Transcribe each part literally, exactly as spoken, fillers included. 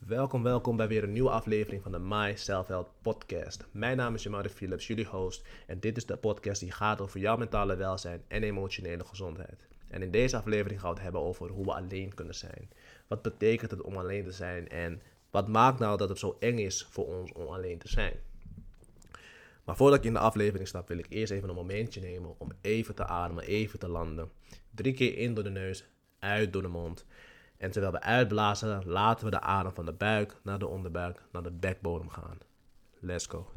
Welkom, welkom bij weer een nieuwe aflevering van de My Self Help Podcast. Mijn naam is Jamari Philips, jullie host. En dit is de podcast die gaat over jouw mentale welzijn en emotionele gezondheid. En in deze aflevering gaan we het hebben over hoe we alleen kunnen zijn. Wat betekent het om alleen te zijn en wat maakt nou dat het zo eng is voor ons om alleen te zijn? Maar voordat ik in de aflevering stap, wil ik eerst even een momentje nemen om even te ademen, even te landen. Drie keer in door de neus, uit door de mond. En terwijl we uitblazen, laten we de adem van de buik naar de onderbuik, naar de bekbodem gaan. Let's go.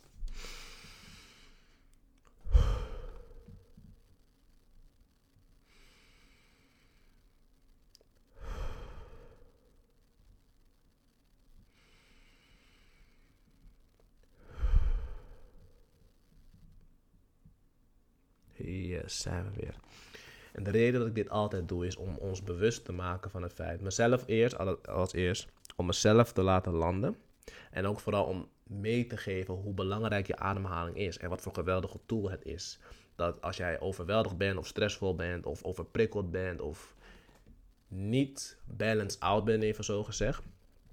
Yes, zijn we weer. En de reden dat ik dit altijd doe is om ons bewust te maken van het feit. Mezelf eerst, als eerst, om mezelf te laten landen. En ook vooral om mee te geven hoe belangrijk je ademhaling is. En wat voor geweldige tool het is. Dat als jij overweldigd bent of stressvol bent of overprikkeld bent of niet balanced out bent, even zo gezegd.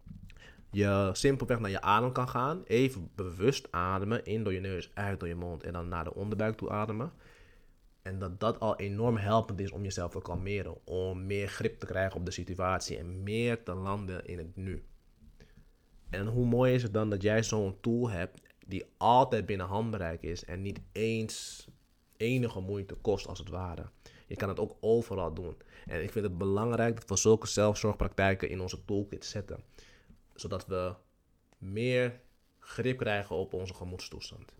Je simpelweg naar je adem kan gaan. Even bewust ademen. In door je neus, uit door je mond. En dan naar de onderbuik toe ademen. En dat dat al enorm helpend is om jezelf te kalmeren. Om meer grip te krijgen op de situatie. En meer te landen in het nu. En hoe mooi is het dan dat jij zo'n tool hebt. Die altijd binnen handbereik is. En niet eens enige moeite kost als het ware. Je kan het ook overal doen. En ik vind het belangrijk dat we zulke zelfzorgpraktijken in onze toolkit zetten. Zodat we meer grip krijgen op onze gemoedstoestand.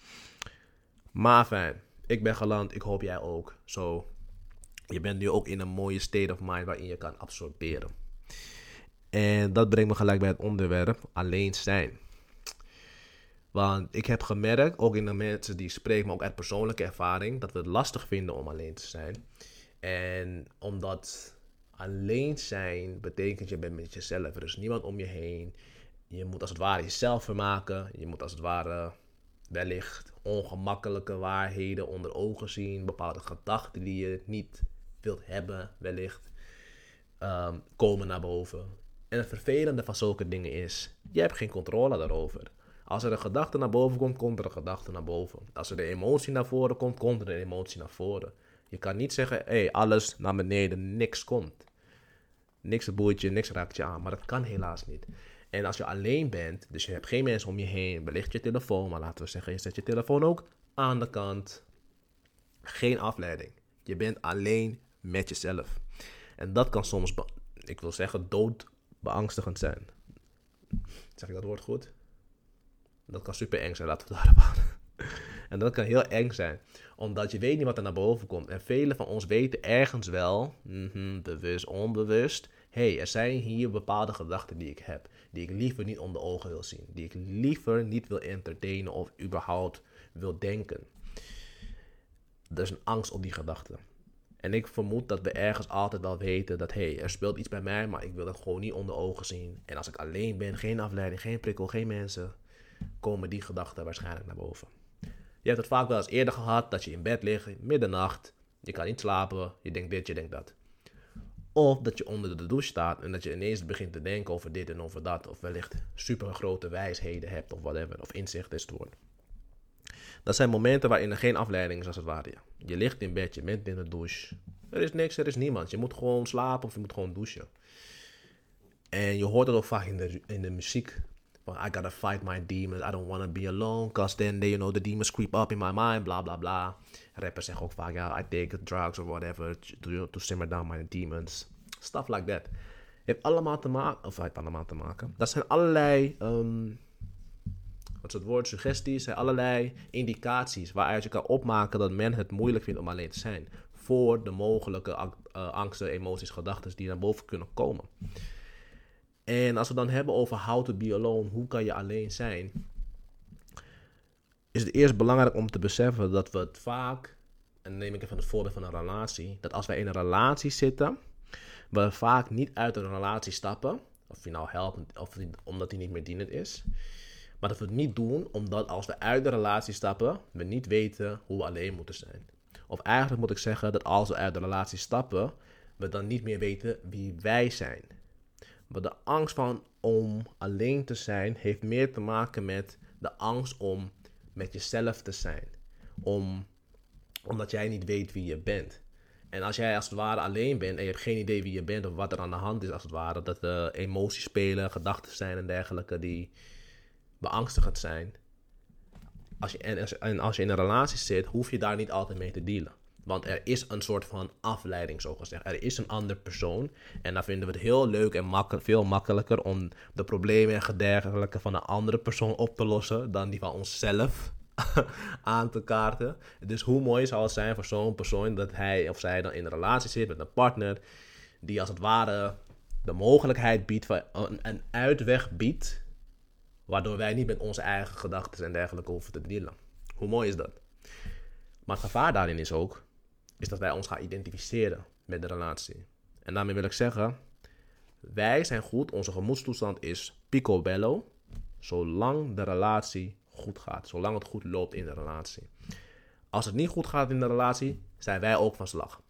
Maar fijn. Ik ben geland, ik hoop jij ook. Zo, je bent nu ook in een mooie state of mind waarin je kan absorberen. En dat brengt me gelijk bij het onderwerp alleen zijn. Want ik heb gemerkt, ook in de mensen die ik spreek, maar ook uit persoonlijke ervaring, dat we het lastig vinden om alleen te zijn. En omdat alleen zijn betekent je bent met jezelf. Er is niemand om je heen. Je moet als het ware jezelf vermaken. Je moet als het ware wellicht ongemakkelijke waarheden onder ogen zien. Bepaalde gedachten die je niet wilt hebben, wellicht, um, komen naar boven. En het vervelende van zulke dingen is, je hebt geen controle daarover. Als er een gedachte naar boven komt, komt er een gedachte naar boven. Als er een emotie naar voren komt, komt er een emotie naar voren. Je kan niet zeggen, hé, hey, alles naar beneden, niks komt. Niks boeit je, niks raakt je aan, maar dat kan helaas niet. En als je alleen bent, dus je hebt geen mensen om je heen, wellicht je telefoon, maar laten we zeggen, je zet je telefoon ook aan de kant. Geen afleiding. Je bent alleen met jezelf. En dat kan soms, be- ik wil zeggen, doodbeangstigend zijn. Zeg ik dat woord goed? Dat kan super eng zijn, laten we het daarop houden. En dat kan heel eng zijn, omdat je weet niet wat er naar boven komt. En velen van ons weten ergens wel, mm-hmm, bewust, onbewust, hé, hey, er zijn hier bepaalde gedachten die ik heb, die ik liever niet onder ogen wil zien, die ik liever niet wil entertainen of überhaupt wil denken. Er is een angst op die gedachten. En ik vermoed dat we ergens altijd wel weten dat, hé, hey, er speelt iets bij mij, maar ik wil het gewoon niet onder ogen zien. En als ik alleen ben, geen afleiding, geen prikkel, geen mensen, komen die gedachten waarschijnlijk naar boven. Je hebt het vaak wel eens eerder gehad dat je in bed ligt, middernacht, je kan niet slapen, je denkt dit, je denkt dat. Of dat je onder de douche staat en dat je ineens begint te denken over dit en over dat. Of wellicht super grote wijsheden hebt of whatever, of inzicht is te worden. Dat zijn momenten waarin er geen afleiding is als het ware. Je ligt in bed, je bent in de douche. Er is niks, er is niemand. Je moet gewoon slapen of je moet gewoon douchen. En je hoort het ook vaak in de, in de muziek. I gotta fight my demons. I don't want to be alone. Cause then they, you know, the demons creep up in my mind. Bla bla bla. Rappers zeggen ook vaak, ja, I take drugs or whatever to, to simmer down my demons. Stuff like that. Heeft allemaal te maken, of heeft allemaal te maken. Dat zijn allerlei, um, wat is het woord, suggesties. Zijn allerlei indicaties waaruit je kan opmaken dat men het moeilijk vindt om alleen te zijn. Voor de mogelijke uh, angsten, emoties, gedachten die naar boven kunnen komen. En als we dan hebben over how to be alone, hoe kan je alleen zijn, is het eerst belangrijk om te beseffen dat we het vaak, en dan neem ik even het voorbeeld van een relatie, dat als wij in een relatie zitten, we vaak niet uit een relatie stappen, of die nou helpt, of die, omdat die niet meer dienend is, maar dat we het niet doen omdat als we uit de relatie stappen, we niet weten hoe we alleen moeten zijn. Of eigenlijk moet ik zeggen dat als we uit de relatie stappen, we dan niet meer weten wie wij zijn. Maar de angst van om alleen te zijn heeft meer te maken met de angst om met jezelf te zijn. Om, omdat jij niet weet wie je bent. En als jij als het ware alleen bent en je hebt geen idee wie je bent of wat er aan de hand is als het ware, dat er emoties spelen, gedachten zijn en dergelijke die beangstigend zijn. Als je, en, als, en als je in een relatie zit, hoef je daar niet altijd mee te dealen. Want er is een soort van afleiding, zo gezegd. Er is een ander persoon. En dan vinden we het heel leuk en makkelijk, veel makkelijker om de problemen en dergelijke van een andere persoon op te lossen dan die van onszelf aan te kaarten. Dus hoe mooi zou het zijn voor zo'n persoon dat hij of zij dan in een relatie zit met een partner die als het ware de mogelijkheid biedt, van een, een uitweg biedt, waardoor wij niet met onze eigen gedachten en dergelijke hoeven te dealen. Hoe mooi is dat? Maar het gevaar daarin is ook, is dat wij ons gaan identificeren met de relatie. En daarmee wil ik zeggen, wij zijn goed, onze gemoedstoestand is picobello, zolang de relatie goed gaat. Zolang het goed loopt in de relatie. Als het niet goed gaat in de relatie, zijn wij ook van slag.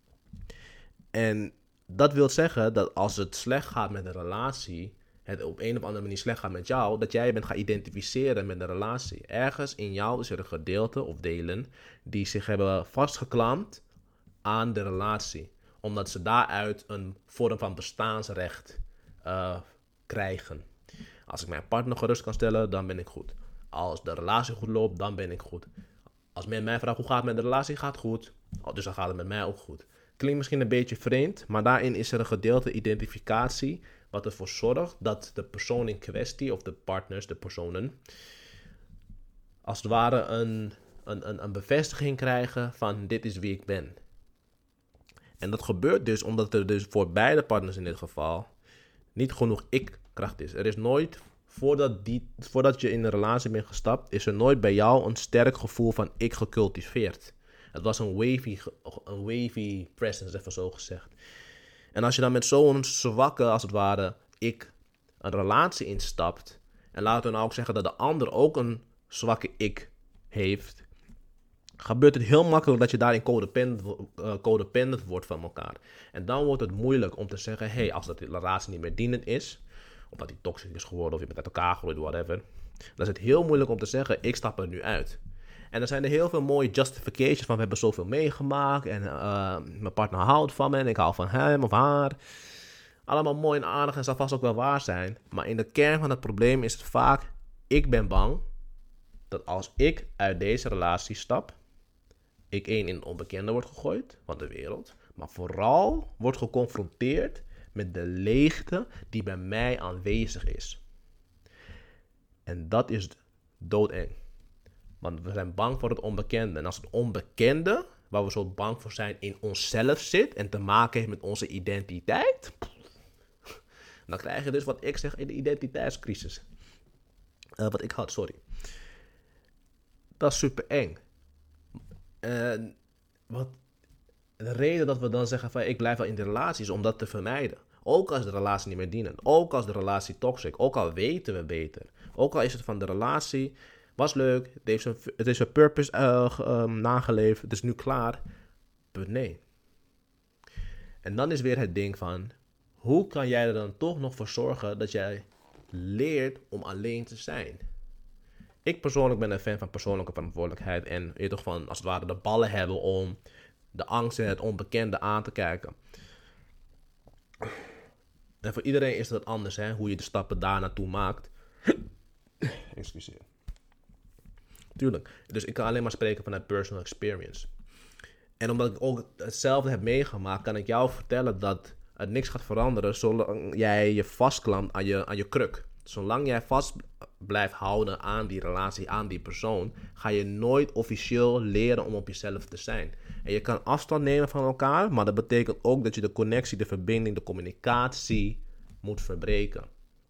En dat wil zeggen dat als het slecht gaat met de relatie, het op een of andere manier slecht gaat met jou, dat jij je bent gaan identificeren met de relatie. Ergens in jou is er een gedeelte of delen die zich hebben vastgeklampt aan de relatie. Omdat ze daaruit een vorm van bestaansrecht uh, krijgen. Als ik mijn partner gerust kan stellen, dan ben ik goed. Als de relatie goed loopt, dan ben ik goed. Als men mij vraagt hoe gaat het met de relatie, gaat het goed. Dus dan gaat het met mij ook goed. Klinkt misschien een beetje vreemd, maar daarin is er een gedeelte identificatie wat ervoor zorgt dat de persoon in kwestie, of de partners, de personen, als het ware een, een, een, een bevestiging krijgen van dit is wie ik ben. En dat gebeurt dus omdat er dus voor beide partners in dit geval niet genoeg ik-kracht is. Er is nooit, voordat, die, voordat je in een relatie bent gestapt, is er nooit bij jou een sterk gevoel van ik gecultiveerd. Het was een wavy, een wavy presence, even zo gezegd. En als je dan met zo'n zwakke, als het ware, ik een relatie instapt, en laten we nou ook zeggen dat de ander ook een zwakke ik heeft, gebeurt het heel makkelijk dat je daarin codependent, uh, codependent wordt van elkaar. En dan wordt het moeilijk om te zeggen, hé, hey, als dat die relatie niet meer dienend is, of dat die toxisch is geworden, of je bent uit elkaar gegooid, whatever, dan is het heel moeilijk om te zeggen, ik stap er nu uit. En er zijn er heel veel mooie justifications van, we hebben zoveel meegemaakt en uh, mijn partner houdt van me en ik hou van hem of haar. Allemaal mooi en aardig en zal vast ook wel waar zijn. Maar in de kern van het probleem is het vaak, ik ben bang dat als ik uit deze relatie stap, ik één in het onbekende word gegooid van de wereld, maar vooral wordt geconfronteerd met de leegte die bij mij aanwezig is. En dat is doodeng. Want we zijn bang voor het onbekende. En als het onbekende, waar we zo bang voor zijn, in onszelf zit en te maken heeft met onze identiteit, dan krijg je dus wat ik zeg in de identiteitscrisis. Uh, wat ik had, sorry. Dat is super eng. En wat de reden dat we dan zeggen van ik blijf wel in de relatie is om dat te vermijden. Ook als de relatie niet meer dient. Ook als de relatie toxic. Ook al weten we beter. Ook al is het van de relatie was leuk. Het heeft zijn, het heeft zijn purpose uh, um, nageleefd. Het is nu klaar. Maar nee. En dan is weer het ding van hoe kan jij er dan toch nog voor zorgen dat jij leert om alleen te zijn? Ik persoonlijk ben een fan van persoonlijke verantwoordelijkheid en je toch van als het ware de ballen hebben om de angst en het onbekende aan te kijken. En voor iedereen is dat anders, hè, hoe je de stappen daar naartoe maakt. Excuseer. Tuurlijk. Dus ik kan alleen maar spreken vanuit personal experience. En omdat ik ook hetzelfde heb meegemaakt, kan ik jou vertellen dat het niks gaat veranderen zolang jij je vastklampt aan je, aan je kruk. Zolang jij vast blijft houden aan die relatie, aan die persoon, ga je nooit officieel leren om op jezelf te zijn. En je kan afstand nemen van elkaar, maar dat betekent ook dat je de connectie, de verbinding, de communicatie moet verbreken.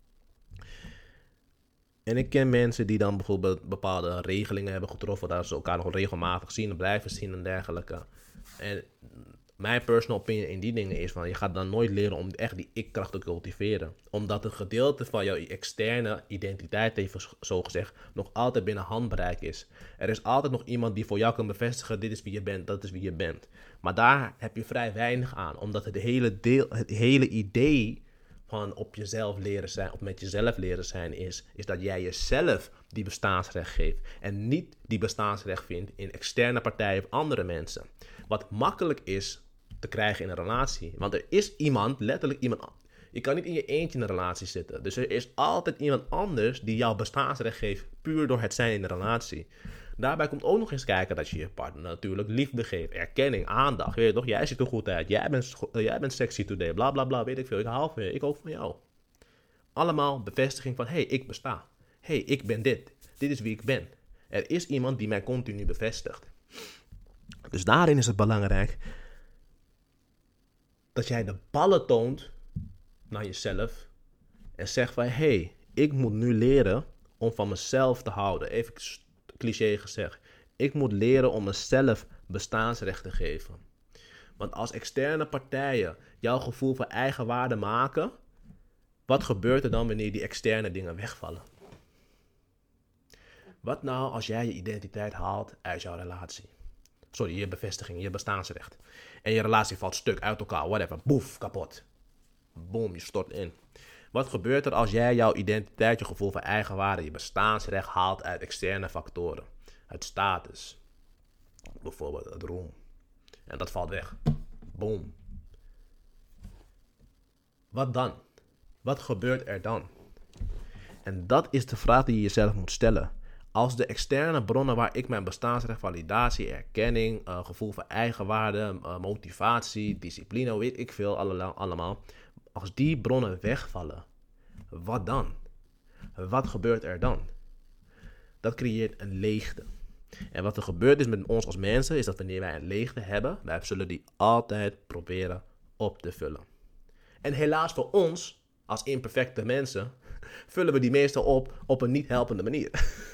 En ik ken mensen die dan bijvoorbeeld bepaalde regelingen hebben getroffen, dat ze elkaar nog regelmatig zien en blijven zien en dergelijke. En mijn personal opinion in die dingen is van je gaat dan nooit leren om echt die ik-kracht te cultiveren. Omdat een gedeelte van jouw externe identiteit, even zo gezegd, nog altijd binnen handbereik is. Er is altijd nog iemand die voor jou kan bevestigen, dit is wie je bent, dat is wie je bent. Maar daar heb je vrij weinig aan, omdat het hele, deel, het hele idee van op jezelf leren zijn, of met jezelf leren zijn is, is dat jij jezelf die bestaansrecht geeft en niet die bestaansrecht vindt in externe partijen of andere mensen. Wat makkelijk is te krijgen in een relatie. Want er is iemand, letterlijk iemand. Je kan niet in je eentje in een relatie zitten. Dus er is altijd iemand anders die jouw bestaansrecht geeft puur door het zijn in een relatie. Daarbij komt ook nog eens kijken dat je je partner natuurlijk liefde geeft, erkenning, aandacht. Weet je toch, jij ziet er goed uit, jij bent, jij bent sexy today, bla bla bla, weet ik veel. Ik hou van je, ik ook van jou. Allemaal bevestiging van, hé, hey, ik besta. Hé, hey, ik ben dit. Dit is wie ik ben. Er is iemand die mij continu bevestigt. Dus daarin is het belangrijk dat jij de ballen toont naar jezelf en zegt van, hé, hey, ik moet nu leren om van mezelf te houden. Even cliché gezegd. Ik moet leren om mezelf bestaansrecht te geven. Want als externe partijen jouw gevoel van eigenwaarde maken, wat gebeurt er dan wanneer die externe dingen wegvallen? Wat nou als jij je identiteit haalt uit jouw relatie? Sorry, je bevestiging, je bestaansrecht. En je relatie valt stuk, uit elkaar, whatever. Boef, kapot. Boom, je stort in. Wat gebeurt er als jij jouw identiteit, je gevoel van eigenwaarde, je bestaansrecht haalt uit externe factoren? Uit status. Bijvoorbeeld het roem. En dat valt weg. Boom. Wat dan? Wat gebeurt er dan? En dat is de vraag die je jezelf moet stellen. Als de externe bronnen waar ik mijn bestaansrecht, validatie, erkenning, uh, gevoel van eigenwaarde, uh, motivatie, discipline, weet ik veel allemaal. Als die bronnen wegvallen, wat dan? Wat gebeurt er dan? Dat creëert een leegte. En wat er gebeurt is met ons als mensen, is dat wanneer wij een leegte hebben, wij zullen die altijd proberen op te vullen. En helaas voor ons, als imperfecte mensen, vullen we die meestal op op een niet helpende manier.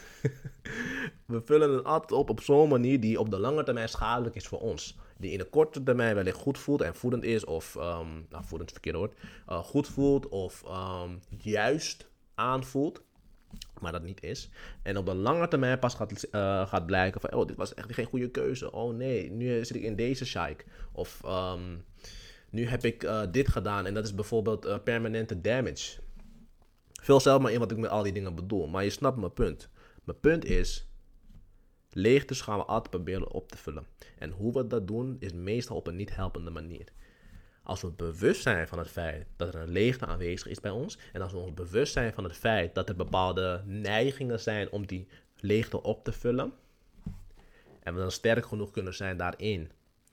We vullen het altijd op op zo'n manier die op de lange termijn schadelijk is voor ons. Die in de korte termijn wellicht goed voelt en voedend is, of, um, nou voedend is het verkeerde woord, uh, goed voelt of um, juist aanvoelt, maar dat niet is. En op de lange termijn pas gaat, uh, gaat blijken van, oh, dit was echt geen goede keuze. Oh nee, nu zit ik in deze shike. Of um, nu heb ik uh, dit gedaan en dat is bijvoorbeeld uh, permanente damage. Vul zelf maar in wat ik met al die dingen bedoel, maar je snapt mijn punt. Mijn punt is, leegtes gaan we altijd proberen op te vullen. En hoe we dat doen, is meestal op een niet helpende manier. Als we bewust zijn van het feit dat er een leegte aanwezig is bij ons, en als we ons bewust zijn van het feit dat er bepaalde neigingen zijn om die leegte op te vullen, en we dan sterk genoeg kunnen zijn daarin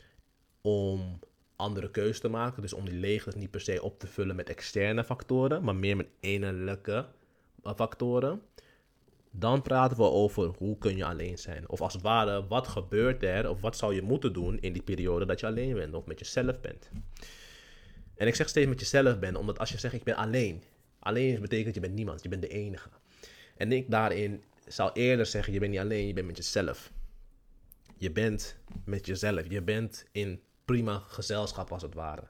om andere keuzes te maken, dus om die leegtes niet per se op te vullen met externe factoren, maar meer met innerlijke factoren, dan praten we over hoe kun je alleen zijn. Of als het ware, wat gebeurt er, of wat zou je moeten doen in die periode dat je alleen bent, of met jezelf bent. En ik zeg steeds met jezelf bent, omdat als je zegt ik ben alleen, alleen betekent dat je bent niemand, je bent de enige. En ik daarin zou eerder zeggen, je bent niet alleen, je bent met jezelf. Je bent met jezelf, je bent in prima gezelschap als het ware.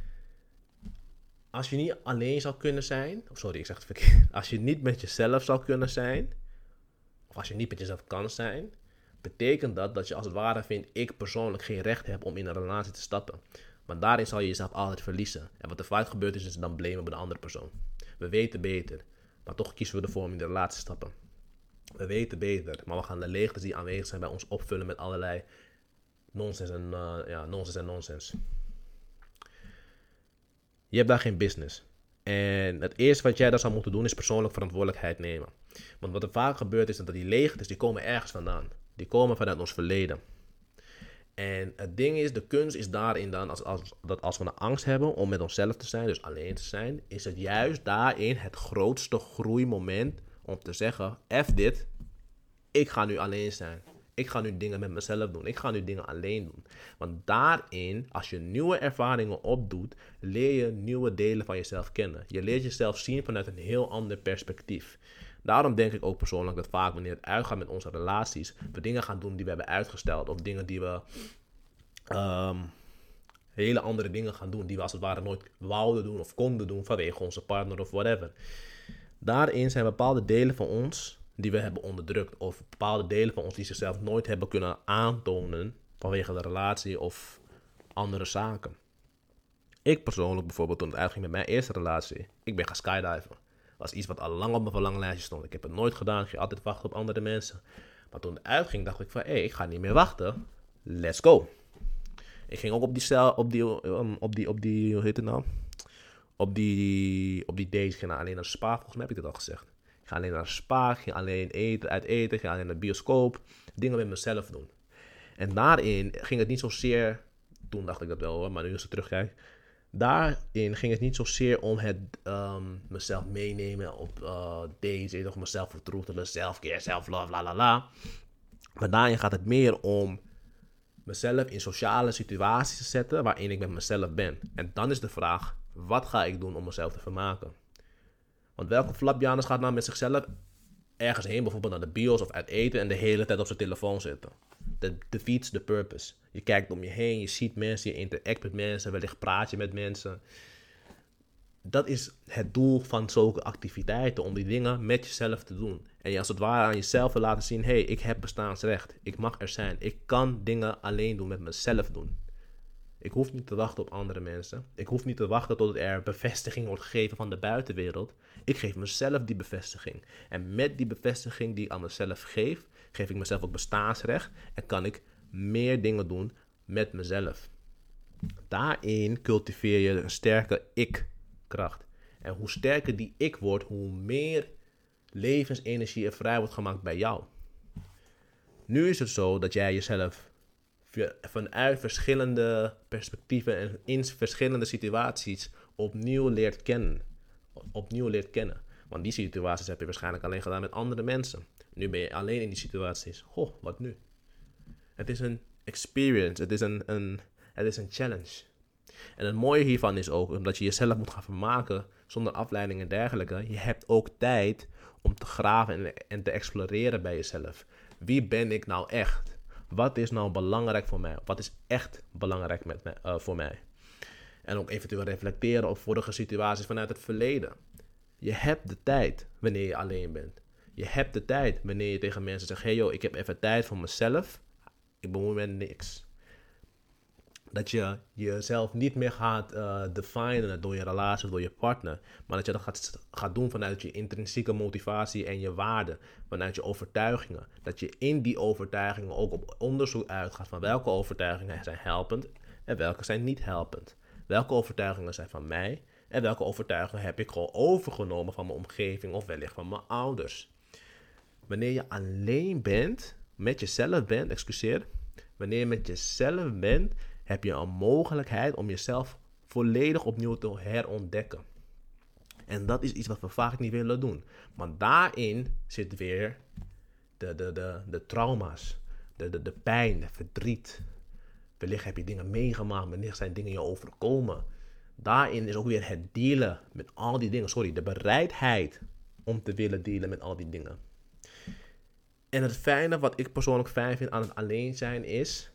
Als je niet alleen zou kunnen zijn, of sorry, ik zeg het verkeerd. Als je niet met jezelf zou kunnen zijn, of als je niet met jezelf kan zijn, betekent dat dat je als het ware vindt, ik persoonlijk geen recht heb om in een relatie te stappen. Want daarin zal je jezelf altijd verliezen. En wat er vaak gebeurt is, is dan blamen bij de andere persoon. We weten beter, maar toch kiezen we ervoor om in de relatie te stappen. We weten beter, maar we gaan de leegtes die aanwezig zijn bij ons opvullen met allerlei nonsens en uh, ja, nonsens en nonsens. Je hebt daar geen business. En het eerste wat jij dan zou moeten doen is persoonlijk verantwoordelijkheid nemen. Want wat er vaak gebeurt is dat die leegtes, die komen ergens vandaan. Die komen vanuit ons verleden. En het ding is, de kunst is daarin dan, als, als, dat als we een angst hebben om met onszelf te zijn, dus alleen te zijn, is het juist daarin het grootste groeimoment om te zeggen, F dit, ik ga nu alleen zijn. Ik ga nu dingen met mezelf doen. Ik ga nu dingen alleen doen. Want daarin, als je nieuwe ervaringen opdoet, leer je nieuwe delen van jezelf kennen. Je leert jezelf zien vanuit een heel ander perspectief. Daarom denk ik ook persoonlijk dat vaak wanneer het uitgaat met onze relaties, we dingen gaan doen die we hebben uitgesteld. Of dingen die we um, hele andere dingen gaan doen die we als het ware nooit wouden doen of konden doen vanwege onze partner of whatever. Daarin zijn bepaalde delen van ons die we hebben onderdrukt. Of bepaalde delen van ons die zichzelf nooit hebben kunnen aantonen vanwege de relatie of andere zaken. Ik persoonlijk bijvoorbeeld, toen het uitging met mijn eerste relatie, ik ben gaan skydiven. Dat was iets wat al lang op mijn verlanglijstje stond. Ik heb het nooit gedaan, ik ging altijd wachten op andere mensen. Maar toen het uitging, dacht ik van, hé, hey, ik ga niet meer wachten. Let's go. Ik ging ook op die cel, op die, um, op die, op die, hoe heet het nou? Op die, op die days, ik ging alleen naar de spa, volgens mij heb ik dit al gezegd. Ik ga alleen naar de spa, ik ging alleen eten, uit eten, ik ging alleen naar de bioscoop. Dingen met mezelf doen. En daarin ging het niet zozeer, toen dacht ik dat wel hoor, maar nu als ik terugkijk. Daarin ging het niet zozeer om het um, mezelf meenemen op uh, dates, of mezelf vertroetelen, zelfkeer, self-love, la la la. Maar daarin gaat het meer om mezelf in sociale situaties te zetten waarin ik met mezelf ben. En dan is de vraag, wat ga ik doen om mezelf te vermaken? Want welke flapjanus gaat nou met zichzelf ergens heen, bijvoorbeeld naar de bios of uit eten en de hele tijd op zijn telefoon zitten? Dat defeats the purpose. Je kijkt om je heen, je ziet mensen, je interact met mensen, wellicht praat je met mensen. Dat is het doel van zulke activiteiten, om die dingen met jezelf te doen. En je als het ware aan jezelf te laten zien, hé, hey, ik heb bestaansrecht. Ik mag er zijn. Ik kan dingen alleen doen, met mezelf doen. Ik hoef niet te wachten op andere mensen. Ik hoef niet te wachten tot er bevestiging wordt gegeven van de buitenwereld. Ik geef mezelf die bevestiging. En met die bevestiging die ik aan mezelf geef, geef ik mezelf ook bestaansrecht en kan ik meer dingen doen met mezelf. Daarin cultiveer je een sterke ik-kracht. En hoe sterker die ik wordt, hoe meer levensenergie er vrij wordt gemaakt bij jou. Nu is het zo dat jij jezelf vanuit verschillende perspectieven en in verschillende situaties opnieuw leert kennen. Opnieuw leert kennen. Want die situaties heb je waarschijnlijk alleen gedaan met andere mensen. Nu ben je alleen in die situaties. Goh, wat nu? Het is een experience. Het is een, een, het is een challenge. En het mooie hiervan is ook, omdat je jezelf moet gaan vermaken zonder afleiding en dergelijke. Je hebt ook tijd om te graven en, en te exploreren bij jezelf. Wie ben ik nou echt? Wat is nou belangrijk voor mij? Wat is echt belangrijk met mij, uh, voor mij? En ook eventueel reflecteren op vorige situaties vanuit het verleden. Je hebt de tijd wanneer je alleen bent. Je hebt de tijd wanneer je tegen mensen zegt, hey joh, ik heb even tijd voor mezelf. Ik bemoei me met niks. Dat je jezelf niet meer gaat uh, definen door je relatie of door je partner. Maar dat je dat gaat, gaat doen vanuit je intrinsieke motivatie en je waarden. Vanuit je overtuigingen. Dat je in die overtuigingen ook op onderzoek uitgaat van welke overtuigingen zijn helpend en welke zijn niet helpend. Welke overtuigingen zijn van mij en welke overtuigingen heb ik gewoon overgenomen van mijn omgeving of wellicht van mijn ouders. Wanneer je alleen bent, met jezelf bent, excuseer. Wanneer je met jezelf bent, heb je een mogelijkheid om jezelf volledig opnieuw te herontdekken. En dat is iets wat we vaak niet willen doen. Maar daarin zit weer de, de, de, de trauma's, de, de, de pijn, de verdriet. Wellicht heb je dingen meegemaakt, wellicht zijn dingen je overkomen. Daarin is ook weer het dealen met al die dingen. Sorry, de bereidheid om te willen dealen met al die dingen. En het fijne, wat ik persoonlijk fijn vind aan het alleen zijn is,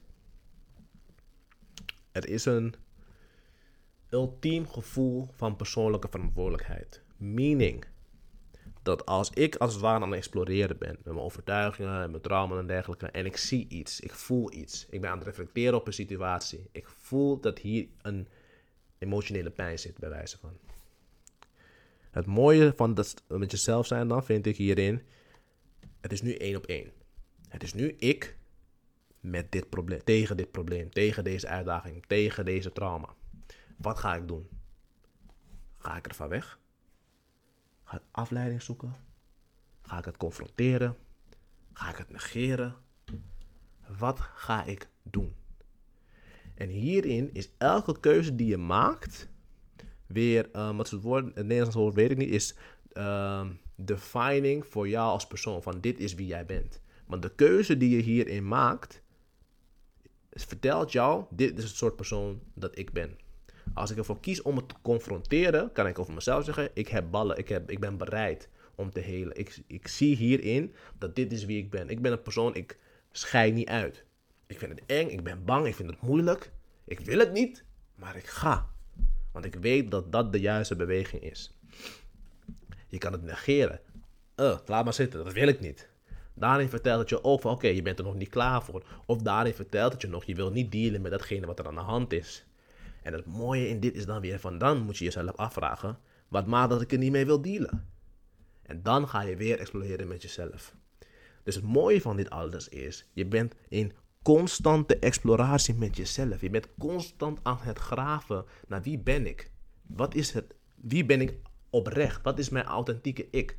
er is een ultiem gevoel van persoonlijke verantwoordelijkheid. Meaning, dat als ik als het ware aan het exploreren ben, met mijn overtuigingen en mijn trauma en dergelijke, en ik zie iets, ik voel iets, ik ben aan het reflecteren op een situatie, ik voel dat hier een emotionele pijn zit, bij wijze van. Het mooie van dat met jezelf zijn dan, vind ik hierin, het is nu één op één. Het is nu ik met dit probleem, tegen dit probleem, tegen deze uitdaging, tegen deze trauma. Wat ga ik doen? Ga ik er van weg? Ga ik afleiding zoeken? Ga ik het confronteren? Ga ik het negeren? Wat ga ik doen? En hierin is elke keuze die je maakt weer, um, wat is het woord, het Nederlands woord weet ik niet, is um, defining voor jou als persoon, van dit is wie jij bent. Want de keuze die je hierin maakt, vertelt jou, dit is het soort persoon dat ik ben. Als ik ervoor kies om het te confronteren, kan ik over mezelf zeggen, ik heb ballen, ik, heb, ik ben bereid om te helen. Ik, ik zie hierin dat dit is wie ik ben. Ik ben een persoon, ik schei niet uit. Ik vind het eng, ik ben bang, ik vind het moeilijk. Ik wil het niet, maar ik ga. Want ik weet dat dat de juiste beweging is. Je kan het negeren. Uh, laat maar zitten, dat wil ik niet. Daarin vertelt het je ook van, oké, okay, je bent er nog niet klaar voor. Of daarin vertelt het je nog, je wil niet dealen met datgene wat er aan de hand is. En het mooie in dit is dan weer van, dan moet je jezelf afvragen, wat maakt dat ik er niet mee wil dealen? En dan ga je weer exploreren met jezelf. Dus het mooie van dit alles is, je bent in constante exploratie met jezelf. Je bent constant aan het graven naar wie ben ik? Wat is het? Wie ben ik oprecht? Wat is mijn authentieke ik?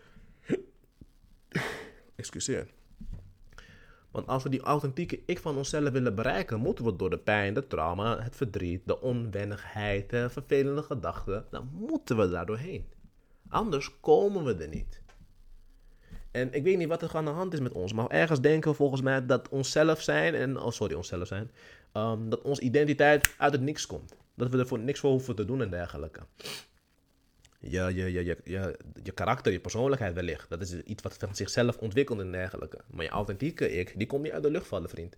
Excuseer. Want als we die authentieke ik van onszelf willen bereiken, moeten we door de pijn, de trauma, het verdriet, de onwennigheid, de vervelende gedachten, dan moeten we daar doorheen. Anders komen we er niet. En ik weet niet wat er aan de hand is met ons, maar ergens denken we volgens mij dat onszelf zijn, en, oh sorry, onszelf zijn, um, dat onze identiteit uit het niks komt. Dat we er voor niks voor hoeven te doen en dergelijke. Je, je, je, je, je, je karakter, je persoonlijkheid wellicht. Dat is iets wat van zichzelf ontwikkelt en dergelijke. Maar je authentieke ik, die komt niet uit de lucht vallen, vriend.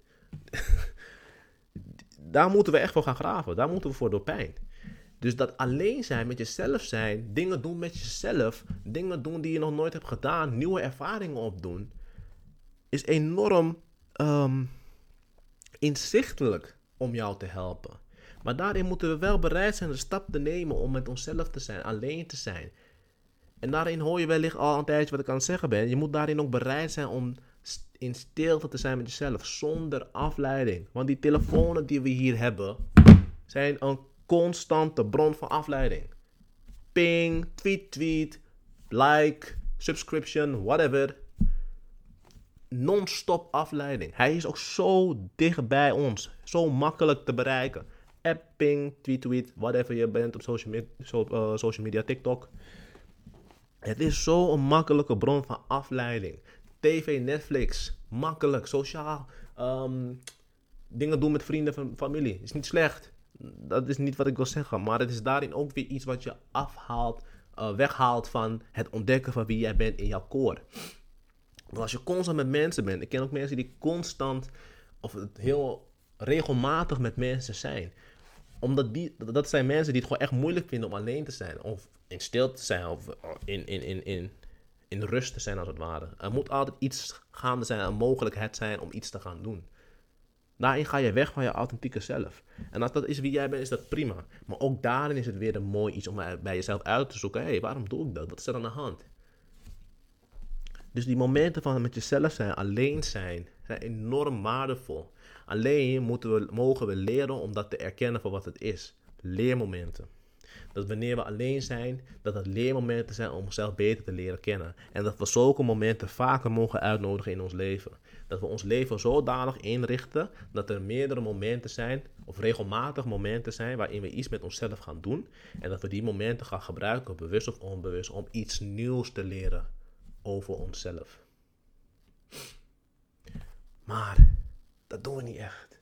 Daar moeten we echt voor gaan graven. Daar moeten we voor door pijn. Dus dat alleen zijn, met jezelf zijn, dingen doen met jezelf, dingen doen die je nog nooit hebt gedaan, nieuwe ervaringen opdoen, is enorm um, inzichtelijk om jou te helpen. Maar daarin moeten we wel bereid zijn de stap te nemen om met onszelf te zijn, alleen te zijn. En daarin hoor je wellicht al een tijdje wat ik aan het zeggen ben. Je moet daarin ook bereid zijn om in stilte te zijn met jezelf, zonder afleiding. Want die telefoons die we hier hebben, zijn een constante bron van afleiding. Ping, tweet, tweet, like, subscription, whatever. Non-stop afleiding. Hij is ook zo dicht bij ons, zo makkelijk te bereiken. App, ping, tweet, tweet, whatever je bent op social media, so, uh, social media, TikTok. Het is zo een makkelijke bron van afleiding. T V, Netflix, makkelijk, sociaal. Um, dingen doen met vrienden en familie. Is niet slecht. Dat is niet wat ik wil zeggen. Maar het is daarin ook weer iets wat je afhaalt, uh, weghaalt van het ontdekken van wie jij bent in jouw core. Want als je constant met mensen bent. Ik ken ook mensen die constant of heel regelmatig met mensen zijn. Omdat die, dat zijn mensen die het gewoon echt moeilijk vinden om alleen te zijn. Of in stilte te zijn. Of in, in, in, in, in rust te zijn als het ware. Er moet altijd iets gaande zijn. Een mogelijkheid zijn om iets te gaan doen. Daarin ga je weg van je authentieke zelf. En als dat is wie jij bent, is dat prima. Maar ook daarin is het weer een mooi iets om bij jezelf uit te zoeken. Hé, hey, waarom doe ik dat? Wat is er aan de hand? Dus die momenten van met jezelf zijn, alleen zijn, zijn enorm waardevol. Alleen moeten we, mogen we leren om dat te erkennen voor wat het is. Leermomenten. Dat wanneer we alleen zijn, dat het leermomenten zijn om onszelf beter te leren kennen. En dat we zulke momenten vaker mogen uitnodigen in ons leven. Dat we ons leven zodanig inrichten dat er meerdere momenten zijn, of regelmatig momenten zijn, waarin we iets met onszelf gaan doen. En dat we die momenten gaan gebruiken, bewust of onbewust, om iets nieuws te leren over onszelf. Maar dat doen we niet echt.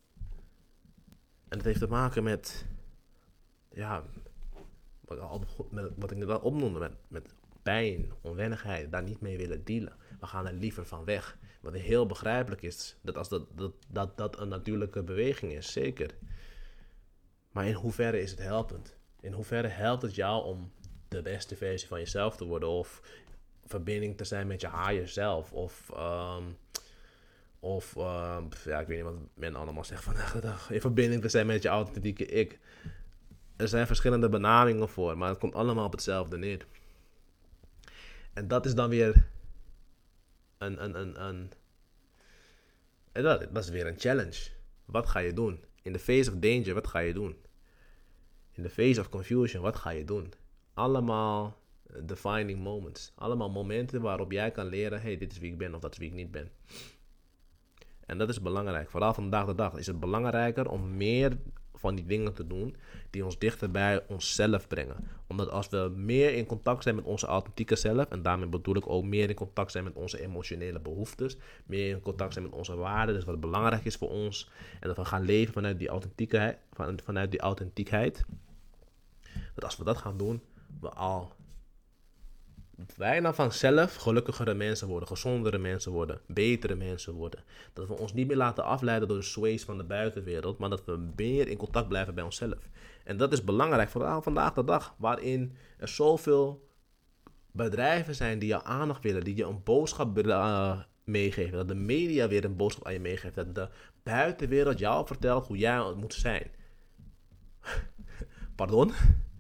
En dat heeft te maken met, ja, wat ik net al opnoemde, met, met pijn, onwennigheid, daar niet mee willen dealen. We gaan er liever van weg. Wat heel begrijpelijk is, dat als dat, dat, dat, dat een natuurlijke beweging is, zeker. Maar in hoeverre is het helpend? In hoeverre helpt het jou om de beste versie van jezelf te worden? Of verbinding te zijn met je higher self? Of, um, of um, ja, ik weet niet wat men allemaal zegt vandaag de dag. In verbinding te zijn met je authentieke ik. Er zijn verschillende benamingen voor, maar het komt allemaal op hetzelfde neer. En dat is dan weer een, een, een, een en dat, dat is weer een challenge. Wat ga je doen? In the face of danger, wat ga je doen? In the face of confusion, wat ga je doen? Allemaal defining moments. Allemaal momenten waarop jij kan leren, hey, dit is wie ik ben of dat is wie ik niet ben. En dat is belangrijk. Vooral vandaag de dag is het belangrijker om meer van die dingen te doen die ons dichter bij onszelf brengen. Omdat als we meer in contact zijn met onze authentieke zelf, en daarmee bedoel ik ook meer in contact zijn met onze emotionele behoeftes, meer in contact zijn met onze waarden, dus wat belangrijk is voor ons, en dat we gaan leven vanuit die authentiekheid, van, vanuit die authentiekheid, dat als we dat gaan doen, we al bijna vanzelf gelukkigere mensen worden, gezondere mensen worden, betere mensen worden. Dat we ons niet meer laten afleiden door de sways van de buitenwereld, maar dat we meer in contact blijven bij onszelf. En dat is belangrijk, vooral vandaag de dag, waarin er zoveel bedrijven zijn die je aandacht willen, die je een boodschap uh, meegeven, dat de media weer een boodschap aan je meegeeft, dat de buitenwereld jou vertelt hoe jij moet zijn. Pardon?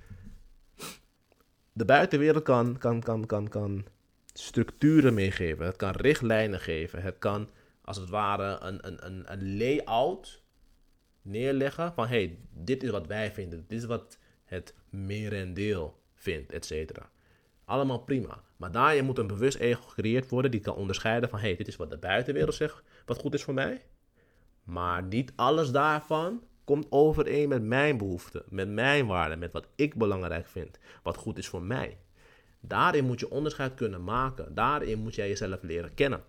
De buitenwereld kan, kan, kan, kan, kan structuren meegeven. Het kan richtlijnen geven. Het kan, als het ware, een, een, een, een layout neerleggen van, hey, dit is wat wij vinden. Dit is wat het merendeel vindt, et cetera. Allemaal prima. Maar daarin moet een bewust ego gecreëerd worden die kan onderscheiden van, hey, dit is wat de buitenwereld zegt, wat goed is voor mij. Maar niet alles daarvan komt overeen met mijn behoeften, met mijn waarden, met wat ik belangrijk vind, wat goed is voor mij. Daarin moet je onderscheid kunnen maken. Daarin moet jij jezelf leren kennen.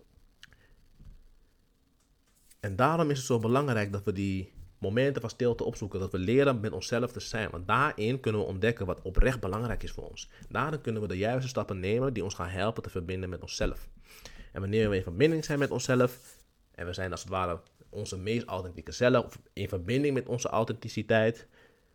En daarom is het zo belangrijk dat we die momenten van stilte opzoeken. Dat we leren met onszelf te zijn. Want daarin kunnen we ontdekken wat oprecht belangrijk is voor ons. Daarin kunnen we de juiste stappen nemen die ons gaan helpen te verbinden met onszelf. En wanneer we in verbinding zijn met onszelf, en we zijn als het ware onze meest authentieke zelf, of in verbinding met onze authenticiteit.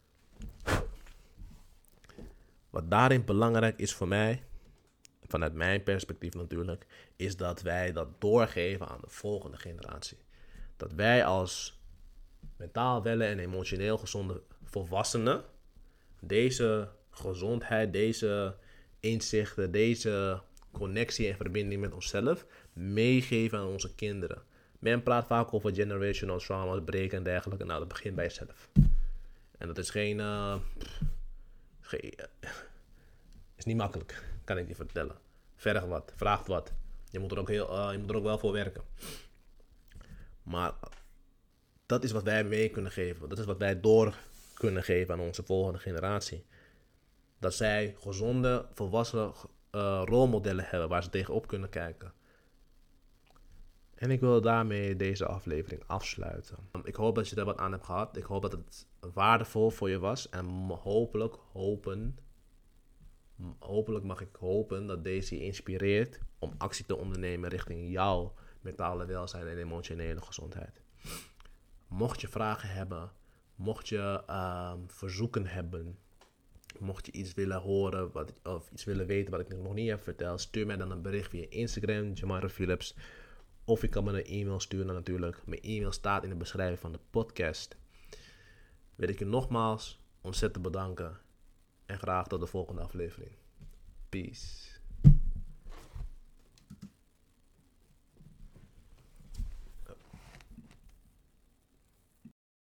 Wat daarin belangrijk is voor mij, vanuit mijn perspectief natuurlijk, is dat wij dat doorgeven aan de volgende generatie. Dat wij als mentaal welle en emotioneel gezonde volwassenen deze gezondheid, deze inzichten, deze connectie en verbinding met onszelf meegeven aan onze kinderen. Men praat vaak over generational trauma's, breken en dergelijke. Nou, dat begint bij jezelf. En dat is geen... Uh, geen uh, is niet makkelijk, kan ik je vertellen. Verg wat, vraagt wat. Je moet er ook, heel, uh, je moet er ook wel voor werken. Maar dat is wat wij mee kunnen geven. Dat is wat wij door kunnen geven aan onze volgende generatie. Dat zij gezonde, volwassen uh, rolmodellen hebben waar ze tegenop kunnen kijken. En ik wil daarmee deze aflevering afsluiten. Ik hoop dat je er wat aan hebt gehad. Ik hoop dat het waardevol voor je was. En hopelijk, hopen, hopelijk mag ik hopen dat deze je inspireert om actie te ondernemen richting jouw mentale welzijn en emotionele gezondheid. Mocht je vragen hebben, mocht je uh, verzoeken hebben, mocht je iets willen horen wat, of iets willen weten wat ik nog niet heb verteld, stuur mij dan een bericht via Instagram, Jamaro Philips. Of je kan me een e-mail sturen natuurlijk. Mijn e-mail staat in de beschrijving van de podcast. Wil ik je nogmaals ontzettend bedanken. En graag tot de volgende aflevering. Peace.